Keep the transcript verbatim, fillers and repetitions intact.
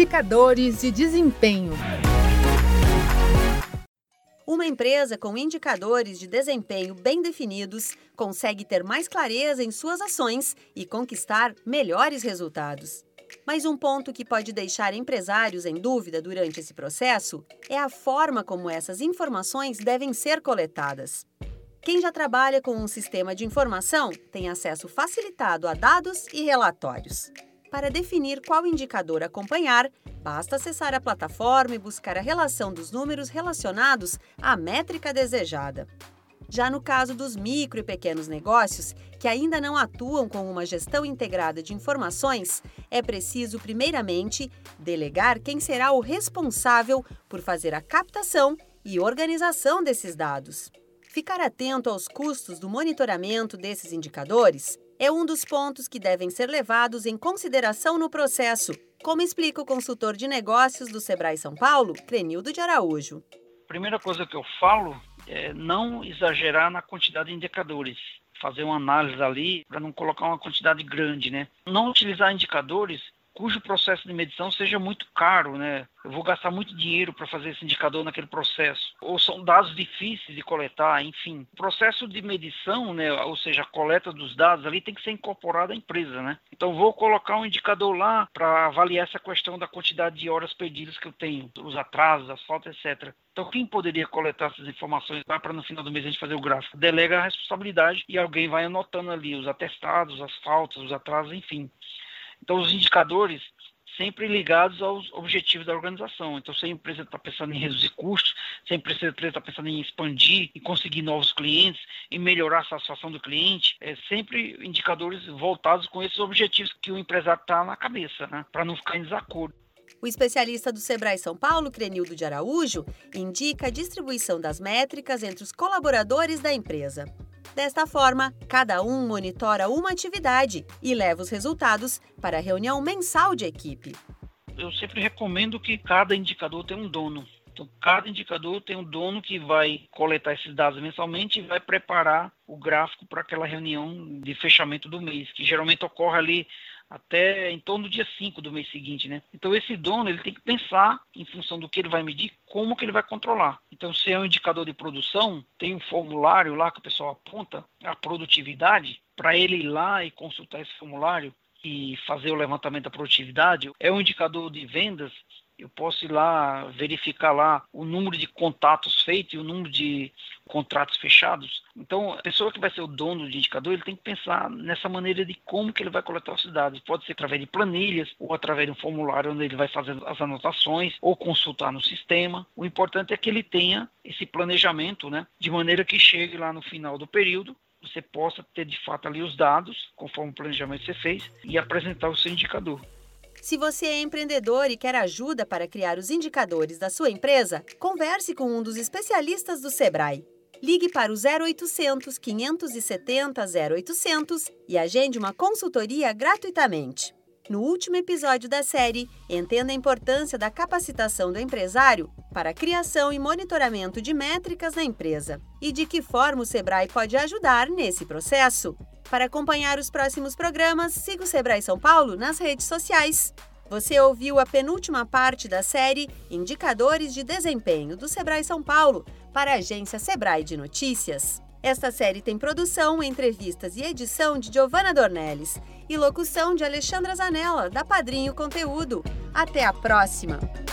Indicadores de desempenho. Uma empresa com indicadores de desempenho bem definidos consegue ter mais clareza em suas ações e conquistar melhores resultados. Mas um ponto que pode deixar empresários em dúvida durante esse processo é a forma como essas informações devem ser coletadas. Quem já trabalha com um sistema de informação tem acesso facilitado a dados e relatórios. Para definir qual indicador acompanhar, basta acessar a plataforma e buscar a relação dos números relacionados à métrica desejada. Já no caso dos micro e pequenos negócios, que ainda não atuam com uma gestão integrada de informações, é preciso, primeiramente, delegar quem será o responsável por fazer a captação e organização desses dados. Ficar atento aos custos do monitoramento desses indicadores é um dos pontos que devem ser levados em consideração no processo, como explica o consultor de negócios do Sebrae São Paulo, Crenildo de Araújo. A primeira coisa que eu falo é não exagerar na quantidade de indicadores. Fazer uma análise ali para não colocar uma quantidade grande, né? Não utilizar indicadores cujo processo de medição seja muito caro, né? Eu vou gastar muito dinheiro para fazer esse indicador naquele processo. Ou são dados difíceis de coletar, enfim. O processo de medição, né, ou seja, a coleta dos dados ali tem que ser incorporado à empresa, né? Então vou colocar um indicador lá para avaliar essa questão da quantidade de horas perdidas que eu tenho, os atrasos, as faltas, etcétera. Então quem poderia coletar essas informações lá para no final do mês a gente fazer o gráfico? Delega a responsabilidade e alguém vai anotando ali os atestados, as faltas, os atrasos, enfim. Então, os indicadores sempre ligados aos objetivos da organização. Então, se a empresa está pensando em reduzir custos, se a empresa está pensando em expandir e conseguir novos clientes, em melhorar a satisfação do cliente, é sempre indicadores voltados com esses objetivos que o empresário está na cabeça, né? Para não ficar em desacordo. O especialista do Sebrae São Paulo, Crenildo de Araújo, indica a distribuição das métricas entre os colaboradores da empresa. Desta forma, cada um monitora uma atividade e leva os resultados para a reunião mensal de equipe. Eu sempre recomendo que cada indicador tenha um dono. Então, cada indicador tem um dono que vai coletar esses dados mensalmente e vai preparar o gráfico para aquela reunião de fechamento do mês, que geralmente ocorre ali até em torno do dia cinco do mês seguinte, né? Então esse dono ele tem que pensar em função do que ele vai medir, como que ele vai controlar. Então se é um indicador de produção, tem um formulário lá que o pessoal aponta a produtividade, para ele ir lá e consultar esse formulário e fazer o levantamento da produtividade. É um indicador de vendas, eu posso ir lá verificar lá o número de contatos feitos e o número de contratos fechados. Então, a pessoa que vai ser o dono do indicador, ele tem que pensar nessa maneira de como que ele vai coletar os dados. Pode ser através de planilhas ou através de um formulário onde ele vai fazer as anotações ou consultar no sistema. O importante é que ele tenha esse planejamento, né, de maneira que chegue lá no final do período, você possa ter de fato ali os dados, conforme o planejamento que você fez, e apresentar o seu indicador. Se você é empreendedor e quer ajuda para criar os indicadores da sua empresa, converse com um dos especialistas do Sebrae. Ligue para o zero oitocentos, quinhentos e setenta, zero oitocentos e agende uma consultoria gratuitamente. No último episódio da série, entenda a importância da capacitação do empresário para a criação e monitoramento de métricas na empresa e de que forma o Sebrae pode ajudar nesse processo. Para acompanhar os próximos programas, siga o Sebrae São Paulo nas redes sociais. Você ouviu a penúltima parte da série Indicadores de Desempenho do Sebrae São Paulo para a agência Sebrae de Notícias. Esta série tem produção, entrevistas e edição de Giovanna Dornelles e locução de Alexandra Zanella, da Padrinho Conteúdo. Até a próxima!